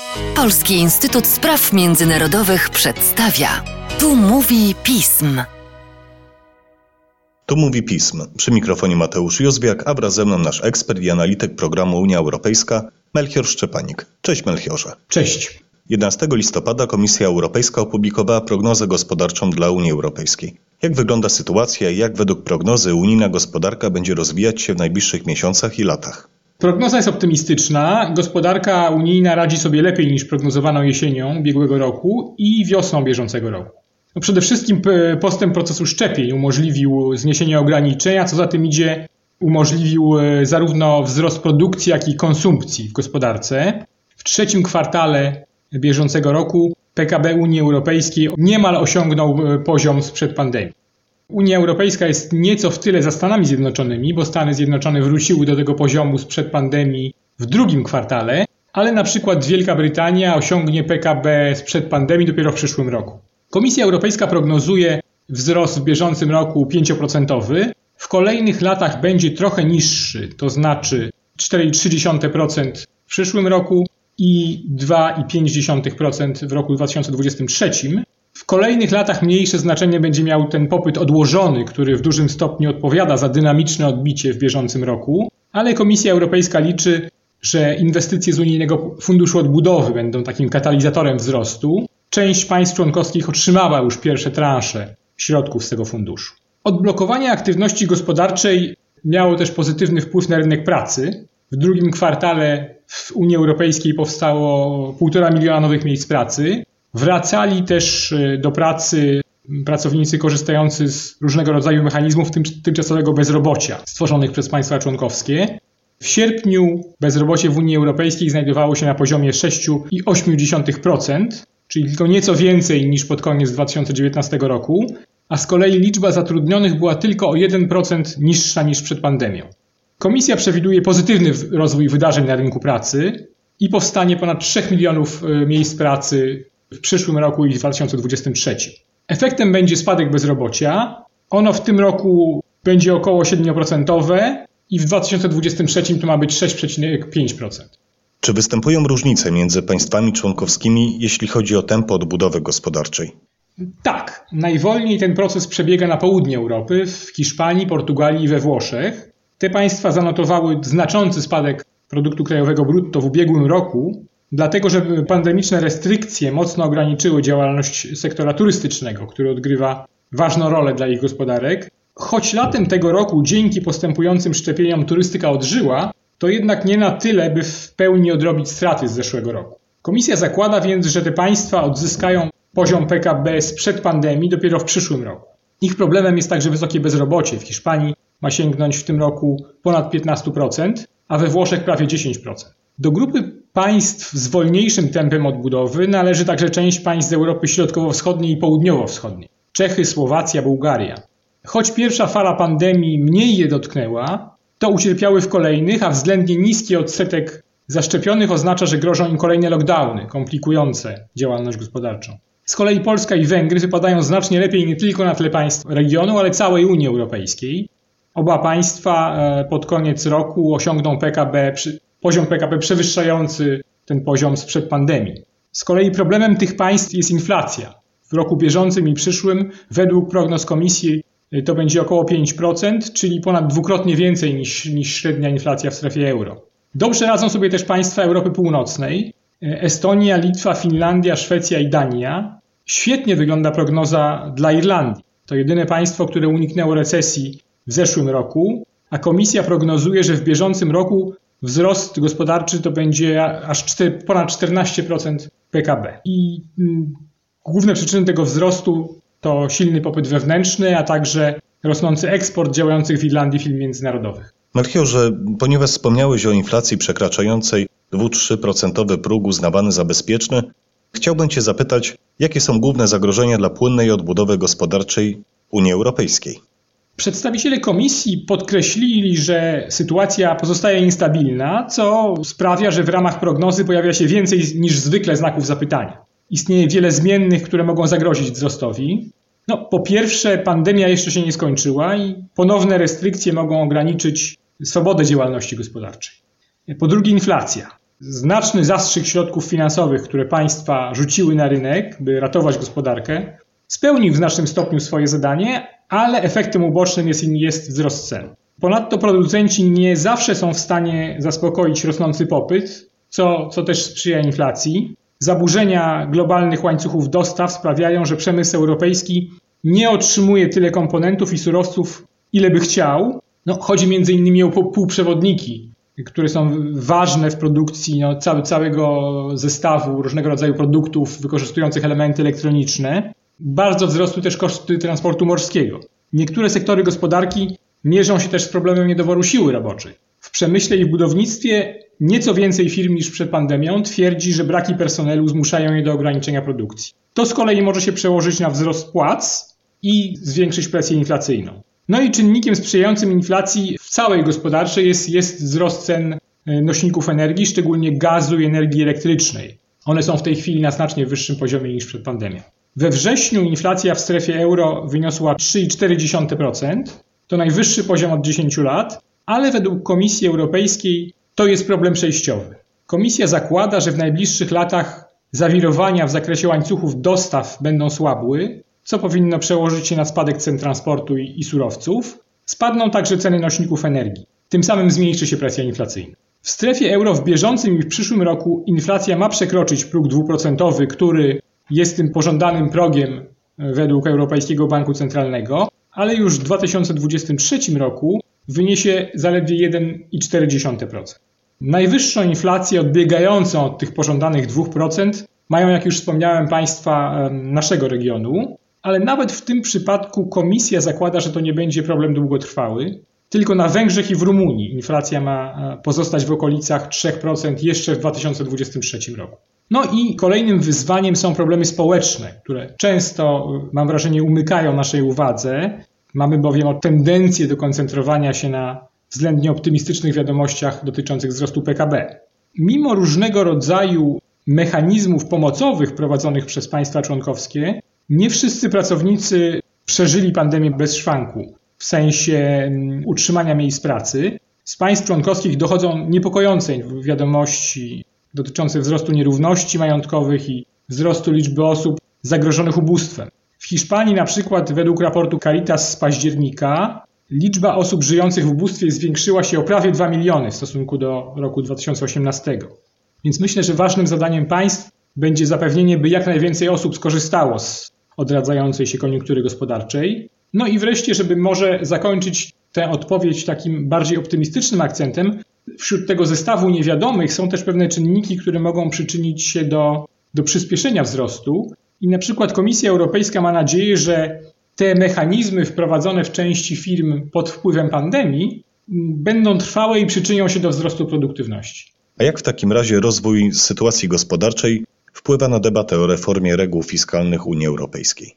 Polski Instytut Spraw Międzynarodowych przedstawia. Tu mówi pism. Tu mówi pism. Przy mikrofonie Mateusz Józwiak, a wraz ze mną nasz ekspert i analityk programu Unia Europejska, Melchior Szczepanik. Cześć Melchiorze. Cześć. 11 listopada Komisja Europejska opublikowała prognozę gospodarczą dla Unii Europejskiej. Jak wygląda sytuacja i jak według prognozy unijna gospodarka będzie rozwijać się w najbliższych miesiącach i latach? Prognoza jest optymistyczna. Gospodarka unijna radzi sobie lepiej niż prognozowano jesienią ubiegłego roku i wiosną bieżącego roku. Przede wszystkim postęp procesu szczepień umożliwił zniesienie ograniczeń, a co za tym idzie umożliwił zarówno wzrost produkcji, jak i konsumpcji w gospodarce. W trzecim kwartale bieżącego roku PKB Unii Europejskiej niemal osiągnął poziom sprzed pandemii. Unia Europejska jest nieco w tyle za Stanami Zjednoczonymi, bo Stany Zjednoczone wróciły do tego poziomu sprzed pandemii w drugim kwartale, ale na przykład Wielka Brytania osiągnie PKB sprzed pandemii dopiero w przyszłym roku. Komisja Europejska prognozuje wzrost w bieżącym roku 5%, w kolejnych latach będzie trochę niższy, to znaczy 4,3% w przyszłym roku i 2,5% w roku 2023. W kolejnych latach mniejsze znaczenie będzie miał ten popyt odłożony, który w dużym stopniu odpowiada za dynamiczne odbicie w bieżącym roku, ale Komisja Europejska liczy, że inwestycje z Unijnego Funduszu Odbudowy będą takim katalizatorem wzrostu. Część państw członkowskich otrzymała już pierwsze transze środków z tego funduszu. Odblokowanie aktywności gospodarczej miało też pozytywny wpływ na rynek pracy. W drugim kwartale w Unii Europejskiej powstało 1,5 miliona nowych miejsc pracy. Wracali też do pracy pracownicy korzystający z różnego rodzaju mechanizmów tymczasowego bezrobocia stworzonych przez państwa członkowskie. W sierpniu bezrobocie w Unii Europejskiej znajdowało się na poziomie 6,8%, czyli tylko nieco więcej niż pod koniec 2019 roku, a z kolei liczba zatrudnionych była tylko o 1% niższa niż przed pandemią. Komisja przewiduje pozytywny rozwój wydarzeń na rynku pracy i powstanie ponad 3 milionów miejsc pracy w przyszłym roku i w 2023. Efektem będzie spadek bezrobocia. Ono w tym roku będzie około 7% i w 2023 to ma być 6,5%. Czy występują różnice między państwami członkowskimi, jeśli chodzi o tempo odbudowy gospodarczej? Tak. Najwolniej ten proces przebiega na południu Europy, w Hiszpanii, Portugalii i we Włoszech. Te państwa zanotowały znaczący spadek produktu krajowego brutto w ubiegłym roku, dlatego że pandemiczne restrykcje mocno ograniczyły działalność sektora turystycznego, który odgrywa ważną rolę dla ich gospodarek. Choć latem tego roku dzięki postępującym szczepieniom turystyka odżyła, to jednak nie na tyle, by w pełni odrobić straty z zeszłego roku. Komisja zakłada więc, że te państwa odzyskają poziom PKB sprzed pandemii dopiero w przyszłym roku. Ich problemem jest także wysokie bezrobocie. W Hiszpanii ma sięgnąć w tym roku ponad 15%, a we Włoszech prawie 10%. Do grupy państw z wolniejszym tempem odbudowy należy także część państw z Europy Środkowo-Wschodniej i Południowo-Wschodniej. Czechy, Słowacja, Bułgaria. Choć pierwsza fala pandemii mniej je dotknęła, to ucierpiały w kolejnych, a względnie niski odsetek zaszczepionych oznacza, że grożą im kolejne lockdowny, komplikujące działalność gospodarczą. Z kolei Polska i Węgry wypadają znacznie lepiej nie tylko na tle państw regionu, ale całej Unii Europejskiej. Oba państwa pod koniec roku osiągną poziom PKB przewyższający ten poziom sprzed pandemii. Z kolei problemem tych państw jest inflacja. W roku bieżącym i przyszłym według prognoz Komisji to będzie około 5%, czyli ponad dwukrotnie więcej niż średnia inflacja w strefie euro. Dobrze radzą sobie też państwa Europy Północnej. Estonia, Litwa, Finlandia, Szwecja i Dania. Świetnie wygląda prognoza dla Irlandii. To jedyne państwo, które uniknęło recesji w zeszłym roku, a Komisja prognozuje, że w bieżącym roku wzrost gospodarczy to będzie aż ponad 14% PKB. I główne przyczyny tego wzrostu to silny popyt wewnętrzny, a także rosnący eksport działających w Irlandii firm międzynarodowych. Melchiorze, ponieważ wspomniałeś o inflacji przekraczającej 2-3% próg uznawany za bezpieczny, chciałbym Cię zapytać, jakie są główne zagrożenia dla płynnej odbudowy gospodarczej Unii Europejskiej? Przedstawiciele Komisji podkreślili, że sytuacja pozostaje niestabilna, co sprawia, że w ramach prognozy pojawia się więcej niż zwykle znaków zapytania. Istnieje wiele zmiennych, które mogą zagrozić wzrostowi. Po pierwsze, pandemia jeszcze się nie skończyła i ponowne restrykcje mogą ograniczyć swobodę działalności gospodarczej. Po drugie, inflacja. znaczny zastrzyk środków finansowych, które państwa rzuciły na rynek, by ratować gospodarkę, spełnił w znacznym stopniu swoje zadanie, ale efektem ubocznym jest wzrost cen. Ponadto producenci nie zawsze są w stanie zaspokoić rosnący popyt, co też sprzyja inflacji. Zaburzenia globalnych łańcuchów dostaw sprawiają, że przemysł europejski nie otrzymuje tyle komponentów i surowców, ile by chciał. Chodzi m.in. o półprzewodniki, które są ważne w produkcji całego zestawu różnego rodzaju produktów wykorzystujących elementy elektroniczne. Bardzo wzrosły też koszty transportu morskiego. Niektóre sektory gospodarki mierzą się też z problemem niedoboru siły roboczej. W przemyśle i w budownictwie nieco więcej firm niż przed pandemią twierdzi, że braki personelu zmuszają je do ograniczenia produkcji. To z kolei może się przełożyć na wzrost płac i zwiększyć presję inflacyjną. I czynnikiem sprzyjającym inflacji w całej gospodarce jest wzrost cen nośników energii, szczególnie gazu i energii elektrycznej. One są w tej chwili na znacznie wyższym poziomie niż przed pandemią. We wrześniu inflacja w strefie euro wyniosła 3,4%. To najwyższy poziom od 10 lat, ale według Komisji Europejskiej to jest problem przejściowy. Komisja zakłada, że w najbliższych latach zawirowania w zakresie łańcuchów dostaw będą słabły, co powinno przełożyć się na spadek cen transportu i surowców. Spadną także ceny nośników energii. Tym samym zmniejszy się presja inflacyjna. W strefie euro w bieżącym i w przyszłym roku inflacja ma przekroczyć próg 2%, który jest tym pożądanym progiem według Europejskiego Banku Centralnego, ale już w 2023 roku wyniesie zaledwie 1,4%. Najwyższą inflację odbiegającą od tych pożądanych 2% mają, jak już wspomniałem, państwa naszego regionu, ale nawet w tym przypadku Komisja zakłada, że to nie będzie problem długotrwały. Tylko na Węgrzech i w Rumunii inflacja ma pozostać w okolicach 3% jeszcze w 2023 roku. I kolejnym wyzwaniem są problemy społeczne, które często, mam wrażenie, umykają naszej uwadze. Mamy bowiem tendencję do koncentrowania się na względnie optymistycznych wiadomościach dotyczących wzrostu PKB. Mimo różnego rodzaju mechanizmów pomocowych prowadzonych przez państwa członkowskie, nie wszyscy pracownicy przeżyli pandemię bez szwanku, w sensie utrzymania miejsc pracy. Z państw członkowskich dochodzą niepokojące wiadomości dotyczące wzrostu nierówności majątkowych i wzrostu liczby osób zagrożonych ubóstwem. W Hiszpanii na przykład według raportu Caritas z października liczba osób żyjących w ubóstwie zwiększyła się o prawie 2 miliony w stosunku do roku 2018. Więc myślę, że ważnym zadaniem państw będzie zapewnienie, by jak najwięcej osób skorzystało z odradzającej się koniunktury gospodarczej. I wreszcie, żeby może zakończyć tę odpowiedź takim bardziej optymistycznym akcentem, wśród tego zestawu niewiadomych są też pewne czynniki, które mogą przyczynić się do przyspieszenia wzrostu. I na przykład Komisja Europejska ma nadzieję, że te mechanizmy wprowadzone w części firm pod wpływem pandemii będą trwałe i przyczynią się do wzrostu produktywności. A jak w takim razie rozwój sytuacji gospodarczej wpływa na debatę o reformie reguł fiskalnych Unii Europejskiej?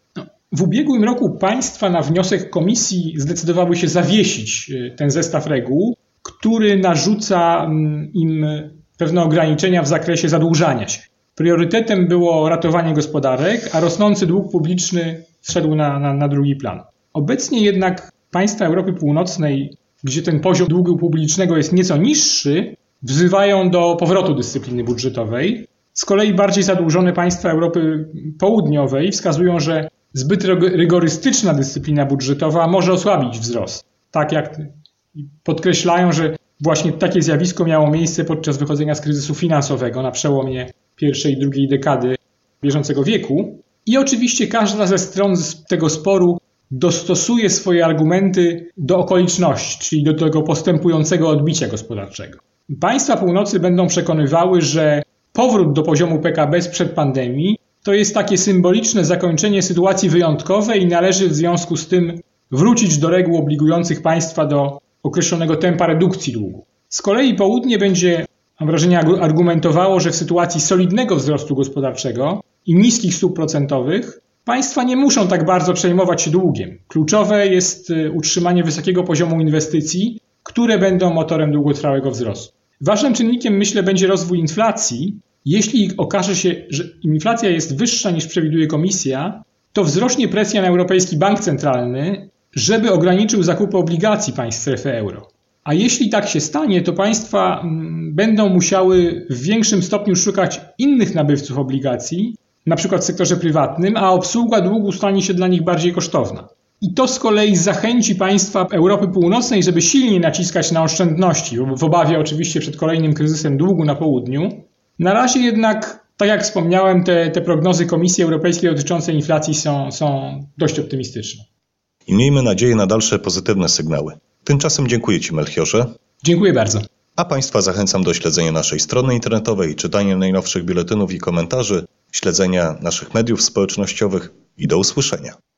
W ubiegłym roku państwa na wniosek Komisji zdecydowały się zawiesić ten zestaw reguł, który narzuca im pewne ograniczenia w zakresie zadłużania się. Priorytetem było ratowanie gospodarek, a rosnący dług publiczny zszedł na drugi plan. Obecnie jednak państwa Europy Północnej, gdzie ten poziom długu publicznego jest nieco niższy, wzywają do powrotu dyscypliny budżetowej. Z kolei bardziej zadłużone państwa Europy Południowej wskazują, że zbyt rygorystyczna dyscyplina budżetowa może osłabić wzrost. Tak jak podkreślają, że właśnie takie zjawisko miało miejsce podczas wychodzenia z kryzysu finansowego na przełomie pierwszej i drugiej dekady bieżącego wieku. I oczywiście każda ze stron tego sporu dostosuje swoje argumenty do okoliczności, czyli do tego postępującego odbicia gospodarczego. Państwa północy będą przekonywały, że powrót do poziomu PKB sprzed pandemii to jest takie symboliczne zakończenie sytuacji wyjątkowej i należy w związku z tym wrócić do reguł obligujących państwa do określonego tempa redukcji długu. Z kolei południe będzie, mam wrażenie, argumentowało, że w sytuacji solidnego wzrostu gospodarczego i niskich stóp procentowych państwa nie muszą tak bardzo przejmować się długiem. Kluczowe jest utrzymanie wysokiego poziomu inwestycji, które będą motorem długotrwałego wzrostu. Ważnym czynnikiem, myślę, będzie rozwój inflacji. Jeśli okaże się, że inflacja jest wyższa niż przewiduje Komisja, to wzrośnie presja na Europejski Bank Centralny, żeby ograniczył zakupy obligacji państw strefy euro. A jeśli tak się stanie, to państwa będą musiały w większym stopniu szukać innych nabywców obligacji, na przykład w sektorze prywatnym, a obsługa długu stanie się dla nich bardziej kosztowna. I to z kolei zachęci państwa Europy Północnej, żeby silnie naciskać na oszczędności, w obawie oczywiście przed kolejnym kryzysem długu na południu. Na razie jednak, tak jak wspomniałem, te prognozy Komisji Europejskiej dotyczące inflacji są dość optymistyczne. I miejmy nadzieję na dalsze pozytywne sygnały. Tymczasem dziękuję Ci, Melchiorze. Dziękuję bardzo. A Państwa zachęcam do śledzenia naszej strony internetowej, czytania najnowszych biuletynów i komentarzy, śledzenia naszych mediów społecznościowych i do usłyszenia.